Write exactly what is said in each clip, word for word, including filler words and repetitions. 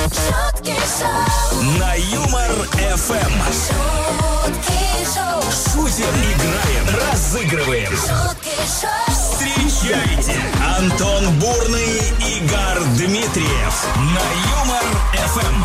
На Юмор эф эм. Шутим, играем, разыгрываем. Встречайте, Антон Бурный, Игорь Дмитриев. На Юмор эф эм.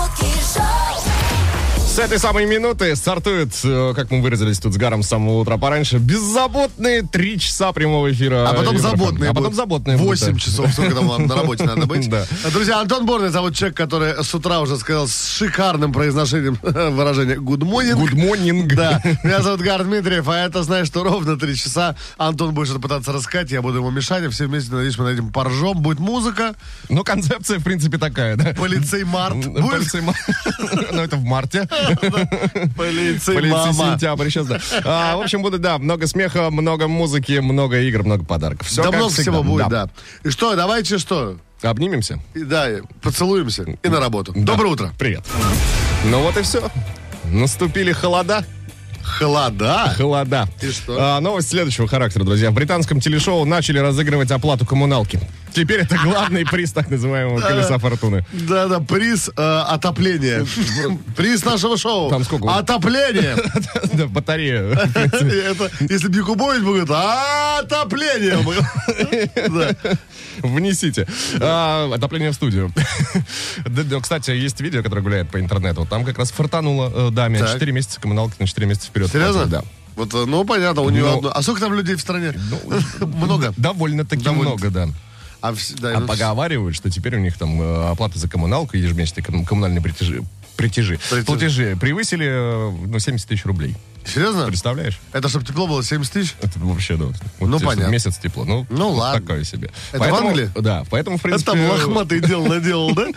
С этой самой минуты стартует, как мы выразились тут с Гаром с самого утра пораньше, беззаботные три часа прямого эфира. А потом заботные. А потом заботные. восемь часов, сколько там вам на работе надо быть. Да. Друзья, Антон Бурный зовут человек, который с утра уже сказал с шикарным произношением выражение «good morning». Good morning. Да. Меня зовут Гар Дмитриев, а это, знаешь, что ровно три часа Антон будет что-то пытаться рассказать, я буду ему мешать, и все вместе, надеюсь, мы над этим поржем. Будет музыка. Ну, концепция, в принципе, такая, да? Полицей март. Полицей март. Ну, это в марте. Полицей мама. Сентябрь сейчас, да. А, в общем, будет, да, много смеха, много музыки, много игр, много подарков. Все да как много всегда. всего будет, да. да. И что, давайте что? Обнимемся. И, да, поцелуемся и на работу. Да. Доброе утро. Привет. Ну вот и все. Наступили холода. Холода? Холода. И что? А, новость следующего характера, друзья. В британском телешоу начали разыгрывать оплату коммуналки. Теперь это главный приз так называемого колеса фортуны. Да-да, приз э, отопления. Приз нашего шоу. Там сколько? Отопление. Да, батарея. Это, если бы Якубович будет, отопление. Да. Внесите. А, отопление в студию. Да, да, кстати, есть видео, которое гуляет по интернету. Там как раз фартануло э, даме. Так. четыре месяца коммуналки на четыре месяца вперед. Серьезно? Да. Вот, ну, понятно, у нее Ну, одно. А сколько там людей в стране? Много. Довольно-таки Довольно. много, да. А, вс- да, А ну, поговаривают, что теперь у них там э, оплата за коммуналку, ежемесячные ком- коммунальные притяжи, притяжи, Притяжи. платежи превысили э, ну, семьдесят тысяч рублей. Серьезно? Представляешь? Это чтобы тепло было семьдесят тысяч? Это вообще, да. Вот Ну, тебе, понятно. Месяц тепло. Ну, Ну, вот ладно. такое себе. Это Поэтому, в Англии? Да, поэтому, в Это принципе... там лохматый дел наделал, да?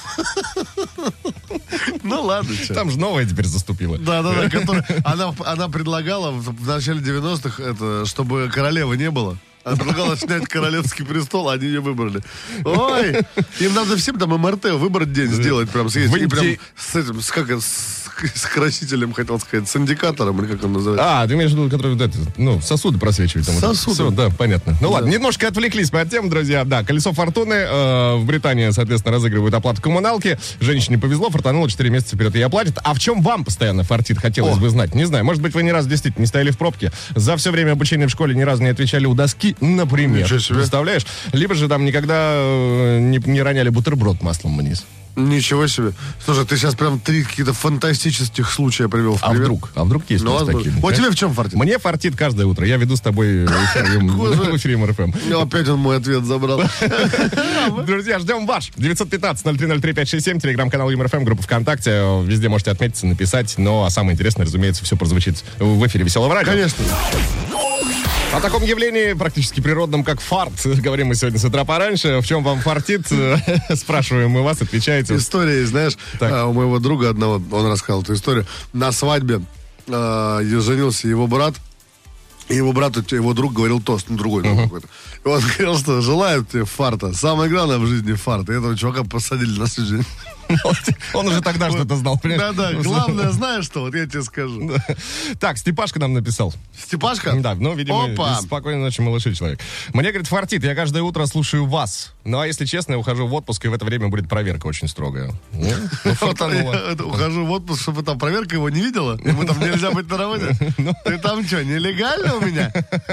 Ну ладно, что. Там же новое теперь заступило. Да-да-да, который, она, она предлагала в, в начале девяностых, это, чтобы королевы не было. Она предлагала снять королевский престол, а они ее выбрали. Ой, им надо всем там эм эр тэ выбрать день сделать, прям съесть. И прям Выйти- с этим, с, как, это, с, с красителем, хотел сказать, с индикатором, или как он называется. А, ты имеешь в виду, который, да, ну, сосуды просвечивают. Там, Сосуды. Все, да, понятно. Ну ладно, немножко отвлеклись мы от темы, друзья. Да, колесо фортуны. Э, в Британии, соответственно, разыгрывают оплату коммуналки. Женщине повезло, фартануло четыре месяца вперед, ей оплатят. А в чем вам постоянно фартит, хотелось О. бы знать? Не знаю, может быть, вы ни разу действительно не стояли в пробке. За все время обучения в школе ни разу не отвечали у доски, например. Ничего себе. Представляешь? Либо же там никогда э, не, не роняли бутерброд маслом вниз. Ничего себе. Слушай, ты сейчас прям три каких-то фантастических случая привел в А пример. вдруг? А вдруг есть Ну, у нас возможно. такие? Вот да? тебе в чем фартит? Мне фартит каждое утро. Я веду с тобой эфир в эфире Юмор эф эм. Ну, опять он мой ответ забрал. Друзья, ждем ваш. девятьсот пятнадцать ноль три ноль три пять шесть семь, телеграм-канал Юмор эф эм, группа ВКонтакте. Везде можете отметиться, написать. Но а самое интересное, разумеется, все прозвучит в эфире Веселого радио. Конечно. О таком явлении, практически природном, как фарт, говорим мы сегодня с утра пораньше. В чем вам фартит? Спрашиваем мы вас, отвечаете. История, знаешь, Так. а, у моего друга одного, он рассказал эту историю. На свадьбе а, женился его брат, и его брату, его друг говорил тост, ну, другой друг какой-то. И он говорил, что желают тебе фарта. Самое главное в жизни фарт. И этого чувака посадили на всю жизнь. Он уже тогда что-то знал, понимаешь? Да-да, главное, знаешь что, вот я тебе скажу. Так, Степашка нам написал. Степашка? Да, ну, видимо, Опа. спокойной ночи, малыши, человек. Мне, говорит, фартит, я каждое утро слушаю вас. Ну, а если честно, я ухожу в отпуск, и в это время будет проверка очень строгая. Ну, ну, фартануло. Я, это, ухожу в отпуск, чтобы там проверка его не видела. Ему там нельзя быть на работе. Ты там что, нелегально у меня?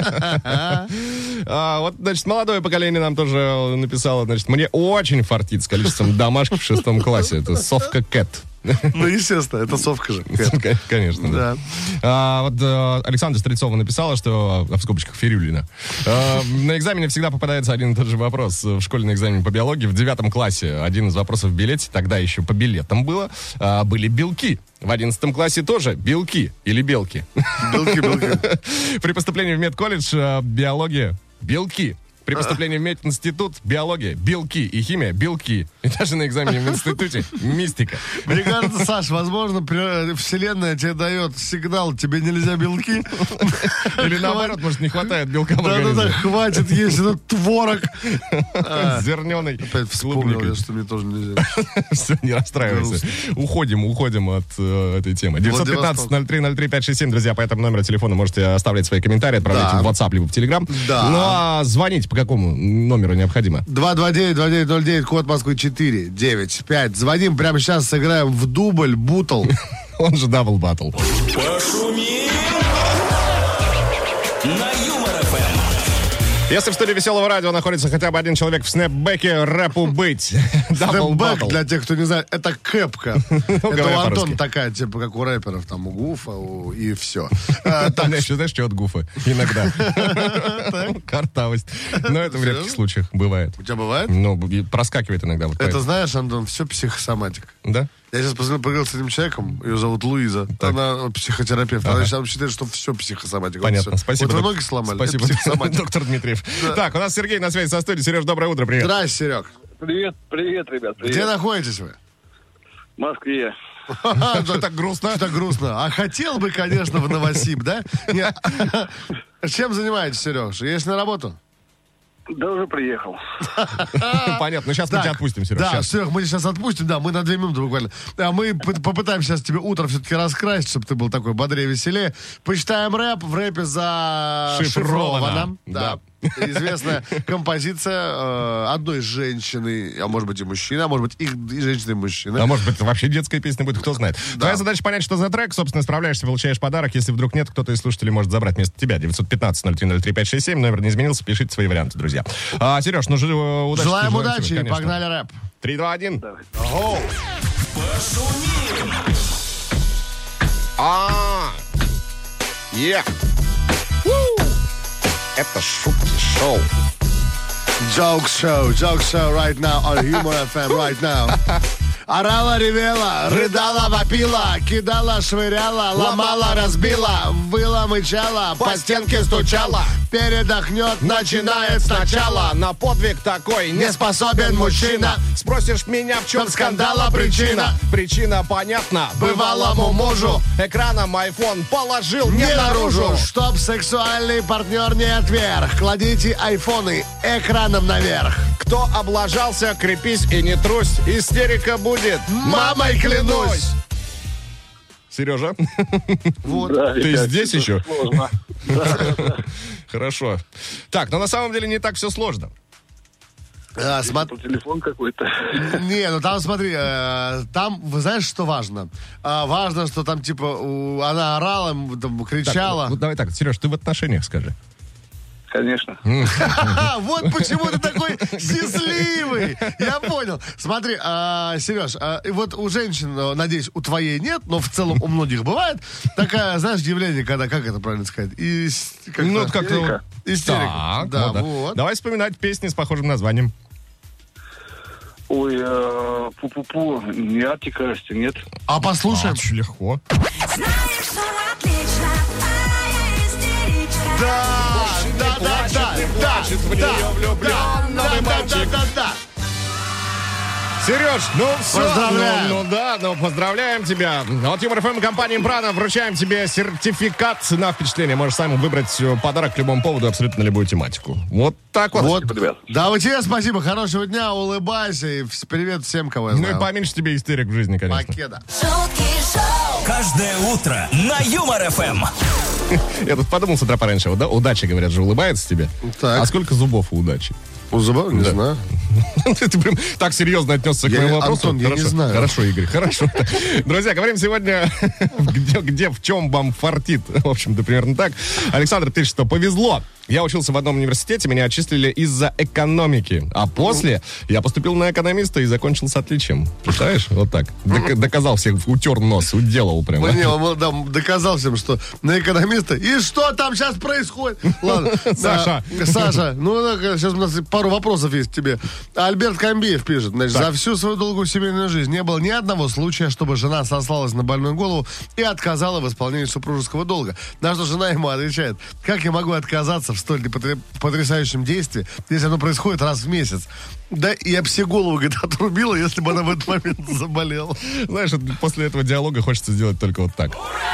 А, вот, значит, молодое поколение нам тоже написало, значит, мне очень фартит с количеством домашки в шестом классе. Это совка Кэт. Ну, естественно, это совка же. Конечно, да. Да. А, вот э, Александра Стрельцова написала, что, а в скобочках Фирюлина, э, на экзамене всегда попадается один и тот же вопрос. В школьный экзамен по биологии в девятом классе один из вопросов в билете, тогда еще по билетам было, а, были белки. В одиннадцатом классе тоже белки или белки. Белки, белки. При поступлении в медколледж э, биология белки. При поступлении в мединститут биология, белки и химия, белки. И даже на экзамене в институте мистика. Мне кажется, Саш, возможно, при- вселенная тебе дает сигнал, тебе нельзя белки. Или наоборот, может, не хватает белка в Да-да-да, организме. хватит есть этот творог. Зерненый. Опять вспомнил я, что мне тоже нельзя. Все, не расстраивайся. Уходим, уходим от э, этой темы. девятьсот пятнадцать ноль три ноль три пять шесть семь, друзья, по этому номеру телефона можете оставлять свои комментарии, отправлять Да. в WhatsApp либо в Telegram. Да. Ну а звонить по какому номеру необходимо? два два девять два девять ноль девять, код Москвы четыре девять пять. Звоним прямо сейчас, сыграем в дубль, бутл. Он же дабл баттл. Пошумим на Юмор эф эм. Если в студии Веселого радио находится хотя бы один человек в снэпбэке, рэпу быть. Дабл Снэпбэк, баттл. для тех, кто не знает, это кэпка. Это говоря у Антона по-русски. такая, типа, как у рэперов, там, у Гуфа, у- и все. Там еще, знаешь, что от гуфа? Иногда. Картавость. Но это в редких случаях бывает. У тебя бывает? Ну, и проскакивает иногда. Вот Это, поэтому. знаешь, Антон, все психосоматика. Да? Я сейчас позвонил, поговорил с этим человеком, ее зовут Луиза, Так. она психотерапевт, Ага. она сейчас считает, что все психосоматика. Вот Понятно. всё. Спасибо. Вот вы док- ноги сломали, Спасибо, это психосоматика. доктор Дмитриев. Так, у нас Сергей на связи со студией. Сереж, доброе утро, привет. Здрасте, Серег. Привет, привет, ребят, привет. Где находитесь вы? В Москве. Что так грустно? Что так грустно? А хотел бы, конечно, в Новосиб, да? Нет. Чем занимаетесь, Сереж? Есть на работу? Да уже приехал. Понятно, ну сейчас мы Так, тебя отпустим, Сереж. Да, Сейчас. Серег, мы тебя сейчас отпустим, да, мы на две минуты буквально. А мы п- попытаемся сейчас тебе утро все-таки раскрасить, чтобы ты был такой бодрее, веселее. Почитаем рэп. В рэпе за Шифровано. Да. Известная композиция э, одной женщины, а может быть и мужчины, а может быть их и женщины, и мужчины. А может быть, это вообще детская песня будет, кто знает. Твоя задача понять, что за трек, собственно, справляешься, получаешь подарок. Если вдруг нет, кто-то из слушателей может забрать вместо тебя. девятьсот пятнадцать ноль три ноль три пять шесть семь, номер не изменился, пишите свои варианты, друзья. А, Сереж, ну же, э, удачи. Желаем тебе, удачи тебе, и конечно. погнали рэп. Три, два, один. Ого. А, е. Это шутки шоу. Joke show, joke show right now on Humor эф эм right now. Орала, ревела, рыдала, вопила, кидала, швыряла, ломала, разбила, выла, мычала, по стенке стучала, передохнет, начинает сначала. На подвиг такой Не способен мужчина, Спросишь меня, в чем чем скандала причина. Причина понятна. Бывалому мужу Экраном айфон положил не наружу, чтоб сексуальный партнер не отверг. Кладите айфоны экраном наверх. Кто облажался, крепись и не трусь. Истерика будет. Мамой клянусь. Сережа, Вот. Да, ты ребят, здесь это еще? Сложно. Хорошо. Так, но на самом деле не так все сложно. А, смо- Телефон какой-то. Не, ну там смотри, э, там, вы знаешь, что важно? А, важно, что там, типа, у- она орала, м, там, Так, кричала. вот давай так, Сереж, ты в отношениях скажи. Конечно. Ха-ха, вот почему ты такой счастливый. Я понял. Смотри, а, Сереж, а, и вот у женщин, э, надеюсь, у твоей нет, но в целом у многих бывает такая, знаешь, явление, когда, как это правильно сказать? Ис- как-то- Ну, вот как-то... Истерика. Истерика. Так, Да, ну да. вот. Давай вспоминать песни с похожим названием. Ой, э, пу-пу-пу, не Артика, Асти, нет. А послушаем? Очень легко. Знаешь, что отлично, моя истеричка. Да, да, да, плачет, да, не да, плачет, в да, нее влюблен да, новый да, мальчик. да, да, да. Сереж, ну все. Поздравляем. Ну, ну да, ну поздравляем тебя. От Юмор эф эм и компании Импрана вручаем тебе сертификат на впечатление. Можешь сам выбрать э, подарок к любому поводу, абсолютно на любую тематику. Вот так вот. Вот, ребят. да, вот тебе спасибо, хорошего дня, улыбайся и вс- привет всем, кого я Ну знаю. и поменьше тебе истерик в жизни, конечно. Покеда. Шутки шоу. Каждое утро на Юмор эф эм. Я тут подумал с утра пораньше. Уда- удача, говорят же, улыбается тебе. Так. А сколько зубов у удачи? У зуба? Не Да. знаю. Ты прям так серьезно отнесся к Я- моему вопросу. Антон, я не Хорошо. знаю. Хорошо, Игорь, хорошо. Друзья, говорим сегодня, где, где, в чем вам фартит. В общем-то, примерно так. Александр пишет, что повезло. Я учился в одном университете, меня отчислили из-за экономики. А после я поступил на экономиста и закончил с отличием. Представляешь? Вот так. Док- доказал всех, утер нос, уделал прям. Ну, не, он да, доказал всем, что на экономиста. И что там сейчас происходит? Ладно. Саша. Да, Саша, ну, сейчас у нас пару вопросов есть к тебе. Альберт Камбиев пишет. Значит, за всю свою долгую семейную жизнь не было ни одного случая, чтобы жена сослалась на больную голову и отказала в исполнении супружеского долга. На что жена ему отвечает: как я могу отказаться в столь непотре- потрясающем действии, если оно происходит раз в месяц? Да, я бы все голову, говорит, отрубила, если бы она в этот момент заболела. Знаешь, вот после этого диалога хочется сделать только вот так.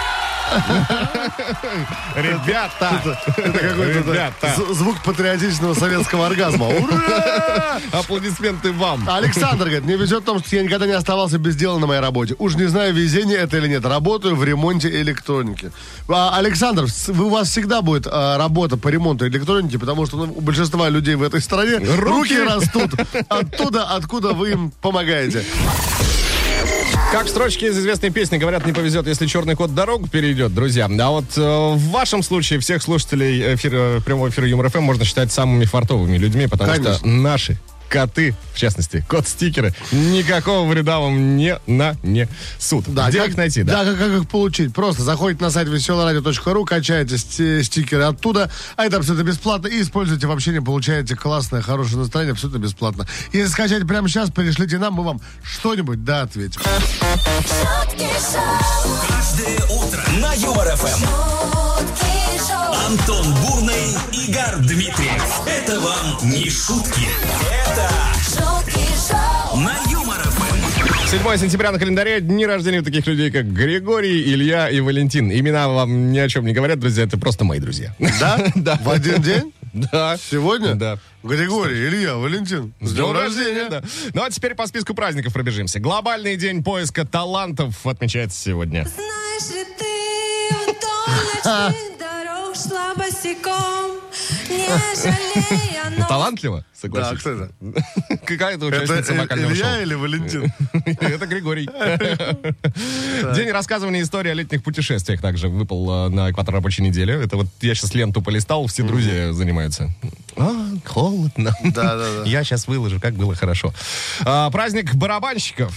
Ребята! Это какой-то Ребята! да, з- звук патриотичного советского оргазма. Ура! Аплодисменты вам. Александр говорит, мне везет в том, что я никогда не оставался без дела на моей работе. Уж не знаю, везение это или нет. Работаю в ремонте электроники. А, Александр, с- вы- у вас всегда будет а, работа по ремонту электроники, потому что ну, у большинства людей в этой стране руки, Руки. растут оттуда, откуда вы им помогаете. Как в строчке из известной песни говорят, не повезет, если черный кот дорогу перейдет, друзья. А вот э, в вашем случае всех слушателей эфира, прямого эфира Юмор ФМ можно считать самыми фартовыми людьми, потому Конечно. что наши коты, в частности, кот-стикеры, никакого вреда вам не нанесут. Где как, их найти? Да. Да, как, как их получить? Просто заходите на сайт веселое радио точка ру, качаете сти- стикеры оттуда, а это абсолютно бесплатно, и используйте в общении, получаете классное, хорошее настроение абсолютно бесплатно. Если скачать прямо сейчас, перешлите нам, мы вам что-нибудь да ответим. шутки шоу, Каждое утро на Юмор ФМ. шутки шоу, Антон Бурный, Игорь Дмитриев. Это вам не шутки. Это шутки шоу, на Юмор ФМ. седьмое сентября на календаре дни рождения у таких людей, как Григорий, Илья и Валентин. Имена вам ни о чем не говорят, друзья, это просто мои друзья. Да? Да. В один день? Да. Сегодня? Да. Григорий, Илья, Валентин. С днем рождения! Да. Ну а теперь по списку праздников пробежимся. Глобальный день поиска талантов отмечается сегодня. Знаешь ли ты, вдоль ночных дорог шла босиком, не жалея ног. Талантливо? Да, Согласись. кто это? Какая-то Это участница э- вокального Илья шоу. или Валентин? Это Григорий. День рассказывания истории о летних путешествиях также выпал э, на экватор рабочей недели. Это вот я сейчас ленту полистал, все друзья занимаются. А, холодно. Да, да, да. Я сейчас выложу, как было хорошо. А, праздник барабанщиков.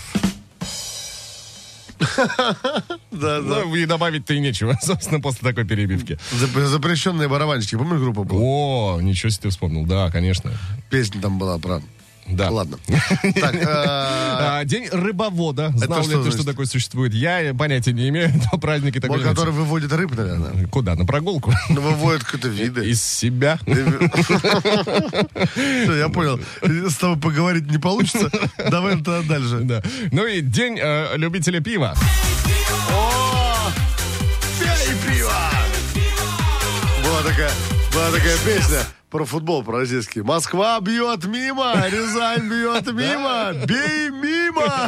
Да, да. Ну, и добавить-то и нечего, собственно, после такой перебивки. Зап- Запрещенные барабанщики. Помнишь, группа была? О, ничего себе ты вспомнил. Да, конечно. Песня там была про... Да. Ладно. Так, э, А, день рыбовода. Знал что ли ты, значит? что такое существует? Я понятия не имею. Это праздники такой. вот, который выводит рыб, наверное. Куда? На прогулку? Ну, выводит какие-то виды. Из себя. Все, я понял. С тобой поговорить не получится. Давай тогда дальше. Да. Ну и день э, любителя пива. Пей пиво! Была такая, была такая песня про футбол, про российский. Москва бьет мимо, Рязань бьет мимо, бей мимо!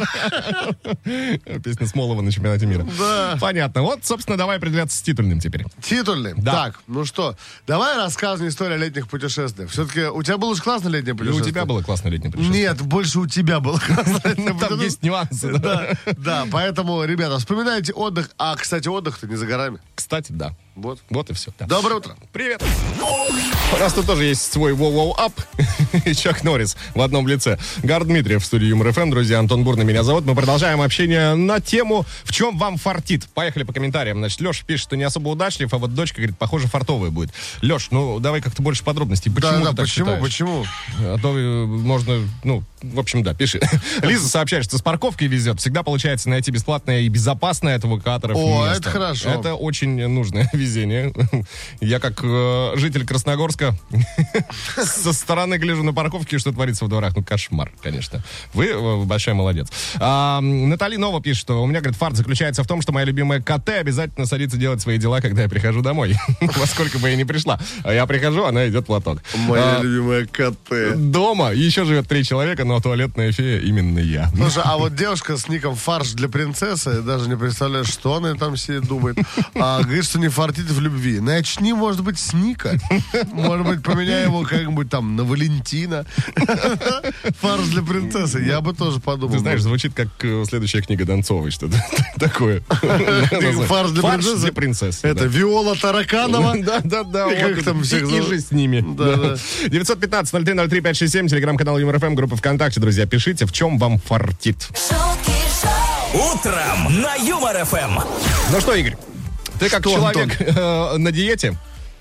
Песня Смолова на чемпионате мира. Да. Понятно. Вот, собственно, давай определяться с титульным теперь. Титульный. Да. Так, ну что, давай рассказывай историю о летних путешествиях. Все-таки у тебя было же классное летнее И у путешествие? тебя было классное летнее путешествие. Нет, больше у тебя было классное летнее Там путешествие. есть нюансы. Да. Да, да, поэтому, ребята, вспоминайте отдых. А, кстати, отдых-то не за горами. Кстати, да. Вот. Вот и все. Да. Доброе утро. Привет. У нас тут тоже есть свой воу-воу-ап и Чак Норрис в одном лице. Гар Дмитриев в студии Юмор ФМ. Друзья, Антон Бурный меня зовут. Мы продолжаем общение на тему «В чем вам фартит?». Поехали по комментариям. Значит, Леша пишет, что не особо удачлив, а вот дочка говорит, похоже, фартовая будет. Леш, ну давай как-то больше подробностей. Почему Да, ты да, так почему, считаешь? почему? А то э, можно, ну, в общем, да, пиши. Лиза сообщает, что с парковкой везет. Всегда получается найти бесплатное и безопасное от эвакуаторов О, место. это хорошо. Это очень нужное везение. Я как э, житель Красногорска со стороны гляжу на парковки, что творится в дворах. Ну, кошмар, конечно. Вы э, большой молодец. А, Натали Нова пишет, что у меня, говорит, фарт заключается в том, что моя любимая КТ обязательно садится делать свои дела, когда я прихожу домой. Во сколько бы я ни пришла. А я прихожу, она идет в лоток. Моя А, любимая КТ. Дома еще живет три человека, но туалетная фея именно я. Слушай, а вот девушка с ником «Фарш для принцессы», я даже не представляю, что она там себе думает, а говорит, что не фартит в любви. Начни, может быть, с ника. Может быть, поменяй его как-нибудь там на Валентина. «Фарш для принцессы». Я бы тоже подумал. Ты знаешь, звучит как э, следующая книга Донцовой, что-то такое. «Фарш для принцессы»? для принцессы. Это да. Виола Тараканова. Да, да, да. И как вот там это. всех И- И зовут? же с ними. Да, да. девятьсот пятнадцать ноль три ноль три пять шесть семь, телеграм-канал Юмор ФМ, группа ВКонтакте. Друзья, пишите, в чем вам фартит. шутки шоу, Утром на Юмор ФМ. Ну что, Игорь, ты как Что, человек э, на диете,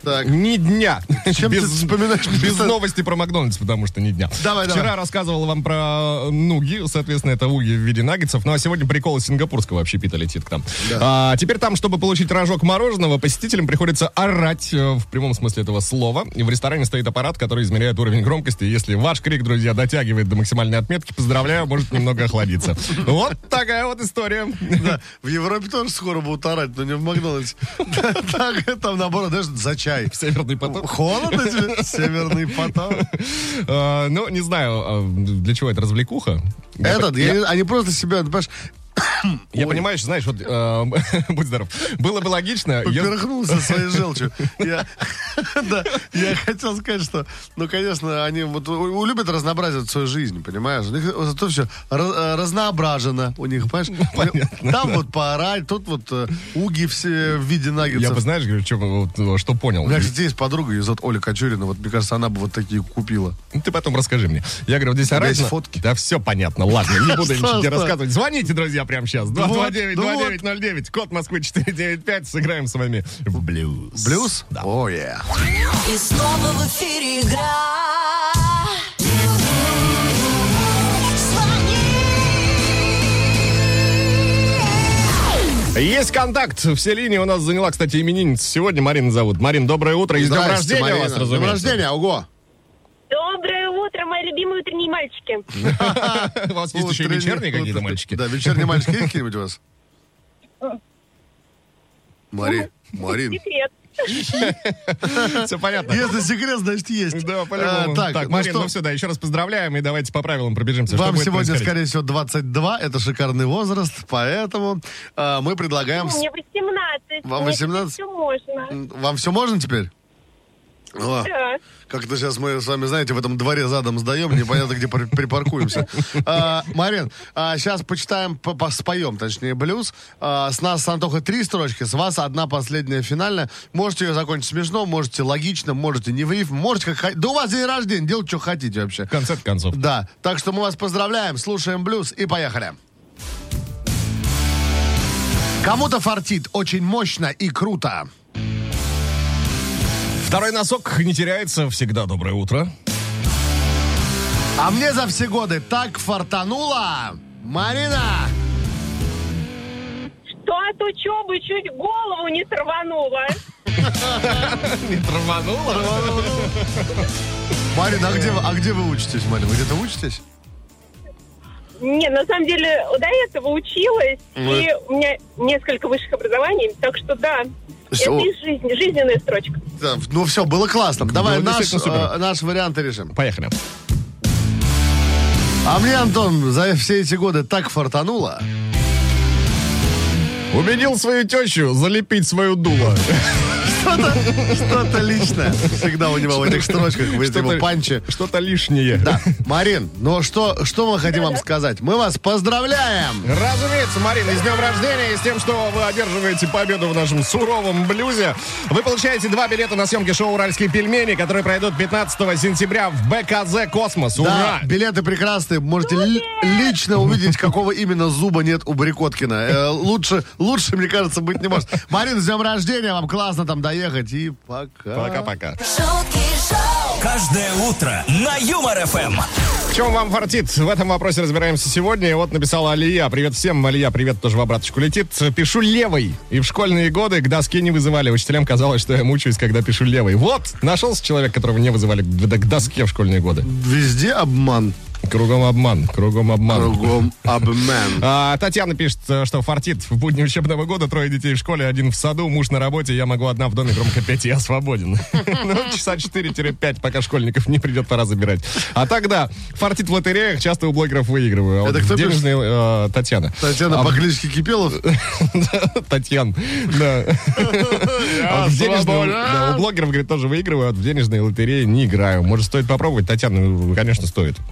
Так. Ни дня. Чем ты вспоминаешь? Без новости про Макдональдс, потому что ни дня. Давай, Вчера давай. рассказывал вам про нуги, соответственно, это уги в виде наггетсов. Ну, а сегодня прикол из сингапурского общепита летит к нам. Да. А, теперь там, чтобы получить рожок мороженого, посетителям приходится орать э, в прямом смысле этого слова. И в ресторане стоит аппарат, который измеряет уровень громкости. И если ваш крик, друзья, дотягивает до максимальной отметки, поздравляю, может немного охладиться. Вот такая вот история. Да, в Европе тоже скоро будут орать, но не в Макдональдсе. Так, там, наоборот, даже за чай. Северный поток. Холодно тебе? Северный поток. А, ну, не знаю, а для чего это развлекуха. Этот, Я- я не- они просто себя, понимаешь, Я, Ой. понимаешь, знаешь, вот, э, будь здоров, было бы логично... я- поперхнулся своей желчью. Я, да, я хотел сказать, что, ну, конечно, они вот у- у- любят разнообразить свою жизнь, понимаешь? У них зато все разноображено у них, понимаешь? Понятно, Там вот поорать, тут вот э, уги все в виде Я наггетсов. бы, знаешь, говорю, что, вот, что понял. У меня, кстати, есть подруга, ее зовут Оля Кочурина, вот, мне кажется, она бы вот такие купила. Ты потом расскажи мне. Я говорю, вот здесь тебя орать... есть на- фотки? Да все понятно, ладно, не буду Что, ничего тебе что? рассказывать. Звоните, друзья, прямо сейчас. два два девять два девять ноль девять, код Москвы четыре девять пять. Сыграем с вами в блюз. Блюз? Да. О, yeah. И снова в эфире игра. Звони. Есть контакт. Все линии у нас заняла, кстати, именинница. Сегодня Марина зовут. Марин, доброе утро. И с днем Здрасте, рождения у вас, Марина. С днем разумеется. рождения, ого. Доброе утро, мои любимые утренние мальчики. У вас есть еще и Утренний- вечерние какие-то утренний- мальчики? Да, вечерние мальчики есть какие-нибудь у вас? Мари, Марин. Секрет. Все понятно. Если секрет, значит есть. Да, по-любому. А, так, так, ну Марин, что, ну все, да, еще раз поздравляем и давайте по правилам пробежимся. Что вам будет сегодня, происходить? скорее всего, двадцать два. Это шикарный возраст, поэтому а, мы предлагаем... с- Мне восемнадцать. Вам Мне восемнадцать? Все можно. Вам все можно теперь? О, Да. как-то сейчас мы с вами, знаете, в этом дворе задом сдаем, непонятно, где при- припаркуемся. А, Марин, а, сейчас почитаем, по- по- споем, точнее, блюз. А, с нас с Антохой три строчки, с вас одна последняя финальная. Можете ее закончить смешно, можете логично, можете не в рифм, можете как хотите. Да у вас день рождения, делайте, что хотите вообще. В конце концов. Да, так что мы вас поздравляем, слушаем блюз и поехали. Кому-то фартит очень мощно и круто. Второй носок не теряется. Всегда доброе утро. А мне за все годы так фартануло. Марина! Что от учебы чуть голову не сорванула. Не травануло? Марина, а где, вы- а где вы учитесь, Марина? Вы где-то учитесь? Не, на самом деле, до этого училась, Ну, и у меня несколько высших образований, так что да, Всё. это из жизни, жизненная строчка. Да, ну все, было классно. Давай Было наш, действительно супер. э, наш вариант и решим. Поехали. А мне, Антон, за все эти годы так фартануло. Убедил свою тещу залепить свою дуло. Что-то, что-то личное всегда у него в этих строчках, в этих его панче. Что-то лишнее. Да, Марин, ну что, что мы хотим вам сказать? Мы вас поздравляем! Разумеется, Марина, и с днем рождения, и с тем, что вы одерживаете победу в нашем суровом блюзе. Вы получаете два билета на съемки шоу «Уральские пельмени», которые пройдут пятнадцатого сентября в БКЗ «Космос». Ура! Да, билеты прекрасные. Можете ли- лично увидеть, какого именно зуба нет у Брикоткина. Э, лучше, лучше, мне кажется, быть не может. Марин, с днем рождения, вам классно там доехать. И пока. Пока-пока. шутки шоу, Каждое утро на Юмор-ФМ. В чем вам фартит? В этом вопросе разбираемся сегодня. И вот написала Алия. Привет всем. Алия, привет, тоже в обраточку летит. Пишу левой. И в школьные годы к доске не вызывали. Учителям казалось, что я мучаюсь, когда пишу левой. Вот, нашелся человек, которого не вызывали к к доске в школьные годы. Везде обман. Кругом обман, кругом обман. Кругом обман. А, Татьяна пишет, что фартит. В будни учебного года трое детей в школе, один в саду, муж на работе, я могу одна в доме, громко петь, я свободен. Ну, часа четыре-пять, пока школьников не придет, пора забирать. А тогда фартит в лотереях, часто у блогеров выигрываю. А вот Это кто пишет? денежные, э, Татьяна. Татьяна А по кличке Кипелов. Татьяна. Да. А вот в денежные- да, у блогеров, говорит, тоже выигрываю, а вот в денежные лотереи не играю. Может, стоит попробовать, Татьяна? Ну, конечно, стоит.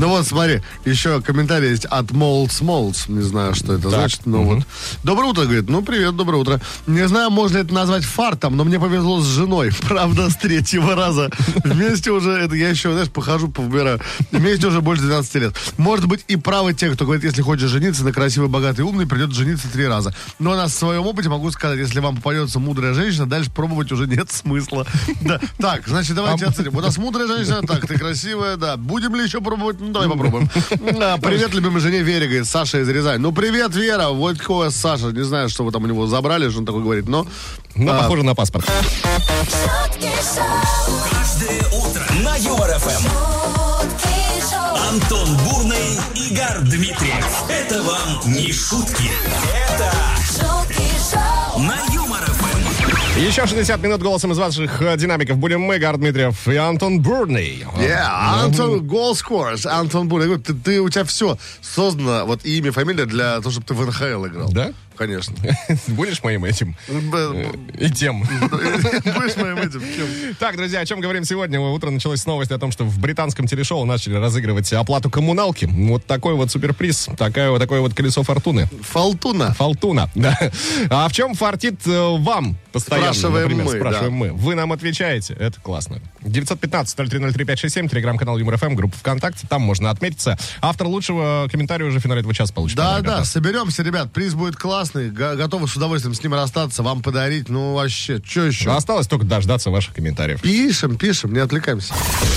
Ну вот, смотри, еще комментарий есть от Молдс Молдс. Не знаю, что это Так. значит, но вот. Доброе утро, говорит. Ну, привет, доброе утро. Не знаю, можно ли это назвать фартом, но мне повезло с женой. Правда, с третьего раза. Вместе уже, это я еще, знаешь, похожу, повыбираю. Вместе уже больше двенадцати лет. Может быть, и правы те, кто говорит, если хочешь жениться на красивой, богатой, умной, придется жениться три раза. Но на своем опыте могу сказать, если вам попадется мудрая женщина, дальше пробовать уже нет смысла. Да. Так, значит, давайте оценим. У нас мудрая женщина, так, ты красивая, да. Будем ли еще пробовать? Ну, давай попробуем. Да, привет, любимой жене Вере, говорит, Саша из Рязани. Ну, привет, Вера, вот какой Саша. Не знаю, что вы там у него забрали, что он такой говорит, но... Ну, а, похоже на паспорт. шутки шоу, Каждое утро на Юмор ФМ. шутки шоу, Антон Бурный, Игорь Дмитриев. Это вам не шутки. Это шутки шоу, на Юмор ФМ. Еще шестьдесят минут голосом из ваших э, динамиков будем мы, Игорь Дмитриев и Антон Бурный. Yeah, Антон Гол Скорс, Антон Бур. Я говорю, ты, ты, у тебя все создано, вот и имя, фамилия для того, чтобы ты в эн ха эл играл. Да? Конечно. Будешь моим этим? Б- И тем. Будешь моим этим? Чем? Так, друзья, о чем говорим сегодня? Утро началось с новости о том, что в британском телешоу начали разыгрывать оплату коммуналки. Вот такой вот суперприз, такая вот, такое вот колесо фортуны. Фалтуна. Фортуна, да. А в чем фартит э, вам постоянно, Спрашиваем например, мы, спрашиваем да. мы. Вы нам отвечаете, это классно. девятьсот пятнадцать ноль три ноль три пять шесть семь, телеграм-канал Юмор ФМ, группа ВКонтакте, там можно отметиться. Автор лучшего комментария уже в финале этого часа получит. Да, подарок от да, нас. соберемся, ребят. Приз будет классный. Го- готовы с удовольствием с ним расстаться, вам подарить. Ну, вообще, что еще? Осталось только дождаться ваших комментариев. Пишем, пишем, не отвлекаемся.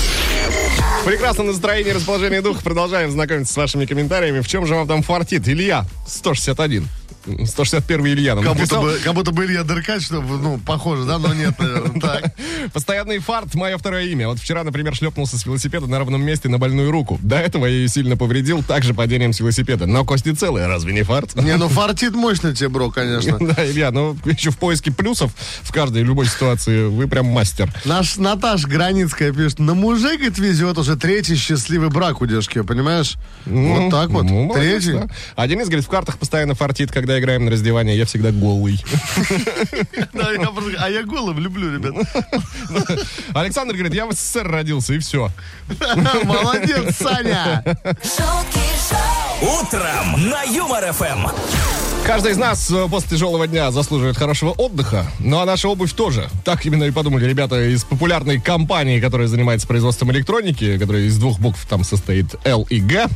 В прекрасном настроении и расположении духа продолжаем знакомиться с вашими комментариями. В чем же вам там фартит? Илья, сто шестьдесят один. сто шестьдесят первый Илья нам Как будто, написал. бы, как будто бы Илья Деркач, чтобы, ну, похоже, да, но нет, наверное. Так. Постоянный фарт — мое второе имя. Вот вчера, например, шлепнулся с велосипеда на ровном месте на больную руку. До этого я ее сильно повредил, также падением с велосипеда. Но кости целые, разве не фарт? Не, ну фартит мощно тебе, бро, конечно. Да, Илья, ну еще в поиске плюсов в каждой любой ситуации вы прям мастер. Наш Наташа Границкая пишет, на мужик говорит, везет уже третий счастливый брак у девушки, понимаешь? Вот так вот. Ну, молодец, Третий. да. А Денис говорит, в картах постоянно фартит, когда играем на раздевание, я всегда голый. Да, я просто- А я голым люблю, ребят. Александр говорит, я в СССР родился, и все. Молодец, Саня. шутки шоу, Утром на Юмор ФМ. Каждый из нас э, после тяжелого дня заслуживает хорошего отдыха, ну а наша обувь тоже. Так именно и подумали ребята из популярной компании, которая занимается производством электроники, которая из двух букв там состоит Л и Г.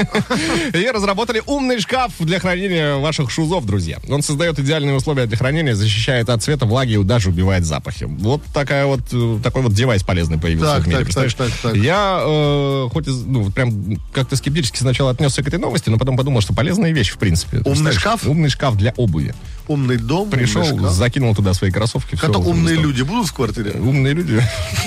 И разработали умный шкаф для хранения ваших шузов, друзья. Он создает идеальные условия для хранения, защищает от света, влаги и даже убивает запахи. Вот такая вот, э, такой вот девайс полезный появился Так, в мире. так, представляешь? так, так, так. Я э, хоть и, ну, вот прям как-то скептически сначала отнесся к этой новости, но потом подумал, что полезная вещь, в принципе. Представляешь? шкаф? Умный шкаф для обуви. Умный дом, Пришел, умный шкаф. закинул туда свои кроссовки. всё, Это уже умные стало. люди будут в квартире? Умные люди.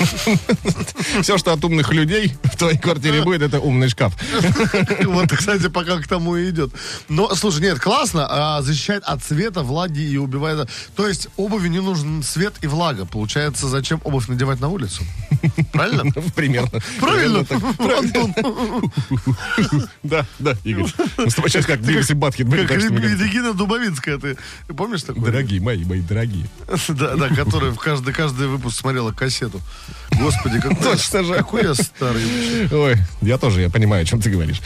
Все, что от умных людей в твоей квартире будет, это умный шкаф. Вот, кстати, пока к тому и идет. Но, слушай, нет, классно, а, защищает от света, влаги и убивает... То есть обуви не нужен свет и влага. Получается, зачем обувь надевать на улицу? Правильно? Примерно. Правильно, Примерно так. Антон. Да, да, Игорь. Мы с тобой сейчас как Бивис и Батхед были, Как так что мне кажется, Регина Дубовицкая, ты помнишь такое? дорогие мои, мои дорогие. Да, да, которая в каждый, каждый выпуск смотрела кассету. Господи, какой, Точно же. какой я старый. Ой, я тоже, я понимаю, о чем ты говоришь.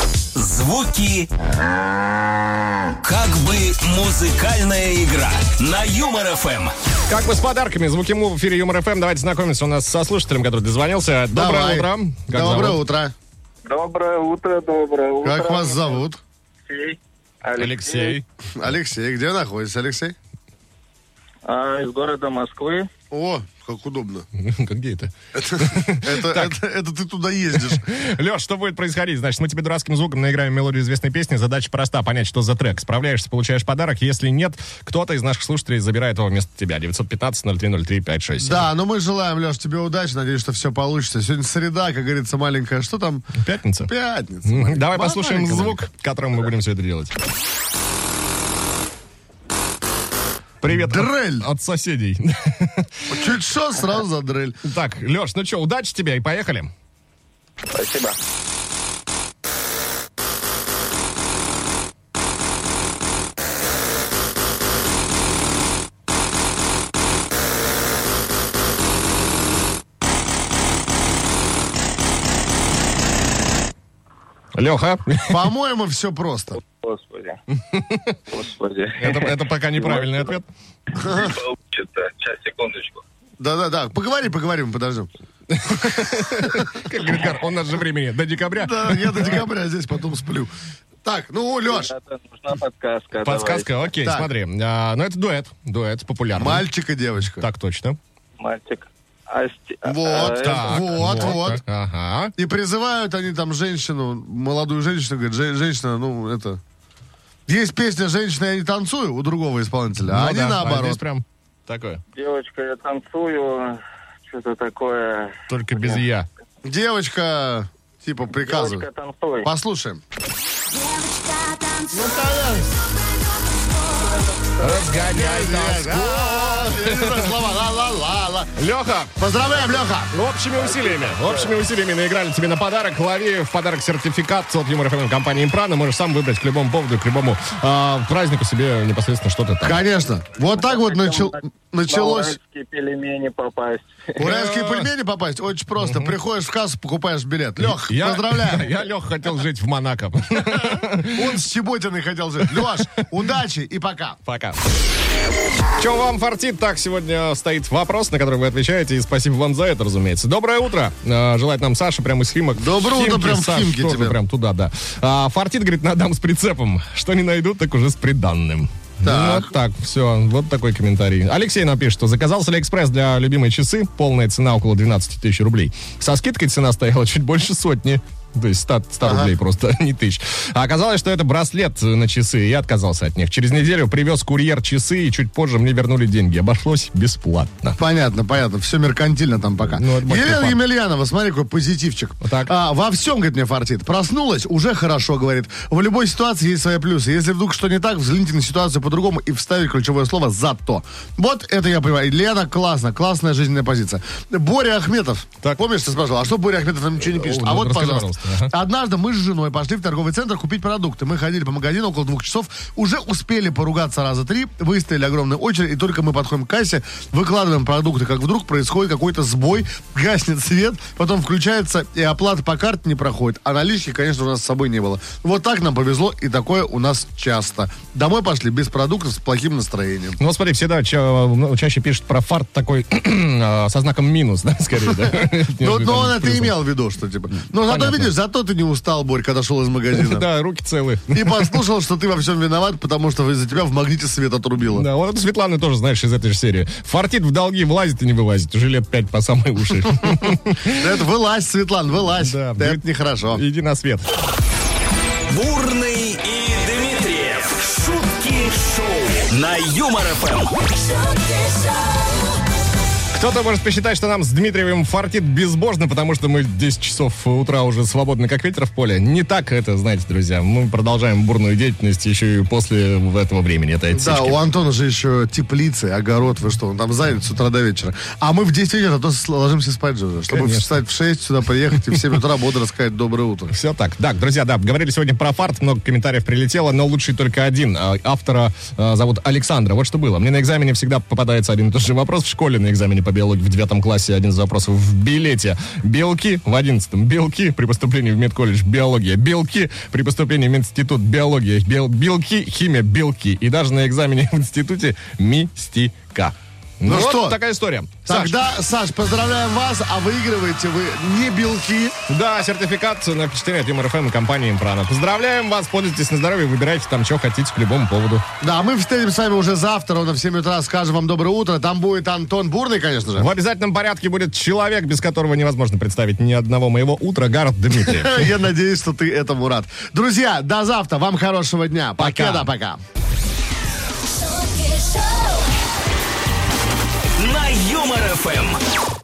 Звуки как бы музыкальная игра на Юмор ФМ. Как бы с подарками. Звуки Му в эфире Юмор ФМ. Давайте знакомиться у нас со слушателем, который дозвонился. Доброе Давай. утро. Как Доброе зовут? утро. Доброе утро, доброе утро. Как вас зовут? Алексей. Алексей. Алексей. Где находитесь, Алексей? А, из города Москвы. О, как удобно. Где это? Это, это, это ты туда ездишь. Леш, что будет происходить? Значит, мы тебе дурацким звуком наиграем мелодию известной песни. Задача проста — понять, что за трек. Справляешься, получаешь подарок. Если нет, кто-то из наших слушателей забирает его вместо тебя. девятьсот пятнадцать ноль три ноль три пять шесть семь. Да, но мы желаем, Леш, тебе удачи. Надеюсь, что все получится. Сегодня среда, как говорится, маленькая. Что там? Пятница. Пятница. Мгм. маленькая. Давай послушаем Маленькая, звук, которым мы будем все это делать. Привет от- Дрель. от соседей. маленькая. Чуть что, сразу за дрель. Так, Леш, ну что, удачи тебе и поехали. Спасибо. Леха, По-моему, все просто. Господи. Господи. это, это пока неправильный ответ. Не получится. Сейчас, секундочку. Да-да-да, поговори, поговорим, подождем. Как говорит Гар, у нас же времени до декабря. Да, я до декабря здесь потом сплю. Так, ну, Леш, Ребята, нужна подсказка. Подсказка, окей, Так. смотри. А, ну, это дуэт. Дуэт популярный. мальчик и девочка. Так точно. Давайте. Мальчик. Асти... а, Вот, а, так. Вот, вот. так, Ага. И призывают они там женщину, молодую женщину, говорят, «Же- женщина, ну, это... Есть песня «Женщина, я не танцую» у другого исполнителя, а Ну они да, наоборот. здесь прям такое. Девочка, я танцую. Что-то такое. Только без я. Девочка, типа, приказывает. Девочка, танцуй. Послушаем. Девочка, танцуй. Разгоняй Слова ла-ла-ла-ла. Леха, Поздравляем, Леха! общими усилиями, общими усилиями наиграли тебе на подарок. Лови в подарок сертификат от Юмор ФМ компании Импрана. Можешь сам выбрать к любому поводу, к любому а, празднику себе непосредственно что-то там. Конечно. Вот так вот начал- На началось. уральские пельмени попасть. Уральские пельмени попасть очень просто. Приходишь в кассу, покупаешь билет. Лех, Я, поздравляю. Я, Лех, хотел жить в Монако. Он с Чеботиной хотел жить. Леш, удачи и пока. Пока. Чем вам фартит? Так, сегодня стоит вопрос, на который вы отвечаете, и спасибо вам за это, разумеется. Доброе утро. А, желает нам Саша прямо из Химок. Доброе утро, прям в Саш, Химки тоже тебе. прям туда, да. А, фартит, говорит, на дам с прицепом. Что не найдут, так уже с приданным. Так. Вот так, все, вот такой комментарий. Алексей напишет, что заказал с Алиэкспресс для любимой часы, полная цена около двенадцать тысяч рублей. Со скидкой цена стояла чуть больше сотни. То есть сто, сто Ага. рублей просто, не тысяч. А оказалось, что это браслет на часы, и я отказался от них. Через неделю привез курьер часы, и чуть позже мне вернули деньги. Обошлось бесплатно. Понятно, понятно. Все меркантильно там пока. Ну, это Елена факт. Емельянова, смотри, какой позитивчик. Так. А, во всем, говорит, мне фартит. Проснулась, уже хорошо, говорит. В любой ситуации есть свои плюсы. Если вдруг что не так, взгляните на ситуацию по-другому и вставить ключевое слово «зато». Вот это я понимаю. Лена, классно, классная жизненная позиция. Боря Ахметов. Так. Помнишь, ты спрашивал, а что Боря Ахметов нам ничего не пишет? О, А вот, расскажи, пожалуйста. пожалуйста. Ага. Однажды мы с женой пошли в торговый центр купить продукты. Мы ходили по магазину около двух часов, уже успели поругаться раза три, выстояли огромную очередь, и только мы подходим к кассе, выкладываем продукты, как вдруг происходит какой-то сбой, гаснет свет, потом включается, и оплата по карте не проходит. А налички, конечно, у нас с собой не было. Вот так нам повезло, и такое у нас часто. Домой пошли без продуктов, с плохим настроением. Ну, вот смотри, всегда ча- ну, чаще пишут про фарт такой э, со знаком минус, да, скорее, да? Ну, Нежели но там он это плюсом. имел в виду, что типа... Ну, зато, Понятно. видишь, зато ты не устал, Борь, когда шел из магазина. Да, руки целы. И послушал, что ты во всем виноват, потому что из-за тебя в магните свет отрубило. Да, вот Светлана тоже, знаешь, из этой же серии. Фартит в долги, влазит и не вылазит. Уже лет пять по самой уши. Да это вылазь, Светлан, вылазь. Да, Да, это нехорошо. Иди на свет. Бурный и Дмитриев. Шутки шоу на Юмор ФМ. Шутки шоу. Кто-то может посчитать, что нам с Дмитриевым фартит безбожно, потому что мы десять часов утра уже свободны, как ветер в поле. Не так это, знаете, друзья. Мы продолжаем бурную деятельность еще и после этого времени, этой Да, отсечки. у Антона же еще теплицы, огород, вы что, он там занят с утра до вечера. А мы в десять вечера, а то ложимся спать же уже, чтобы Конечно. встать в шесть, сюда приехать и в семь утра бодро сказать доброе утро. Все так. Так, друзья, да, говорили сегодня про фарт, много комментариев прилетело, но лучший только один. А, Автора а, зовут Александра. Вот что было. Мне на экзамене всегда попадается один и тот же вопрос. В школе на экзамене по биологии в девятом классе один из вопросов в билете. Белки в одиннадцатом. Белки при поступлении в медколледж. Биология. Белки при поступлении в мединститут. Биология. Бел, белки, химия, белки. И даже на экзамене в институте мистика. Ну вот что? такая история. Саш, Тогда, Саш, поздравляем вас, а выигрываете вы не белки. да, сертификат на впечатление от Юмор ФМ и компании Импрана. Поздравляем вас, пользуйтесь на здоровье, выбирайте там, что хотите по любому поводу. Да, мы встретимся с вами уже завтра, ровно в семь утра, скажем вам доброе утро. Там будет Антон Бурный, конечно же. В обязательном порядке будет человек, без которого невозможно представить ни одного моего утра, Гард Дмитриев. Я надеюсь, что ты этому рад. Друзья, до завтра, вам хорошего дня. Пока. Пока, да, пока. Шутки шоу. На Юмор ФМ.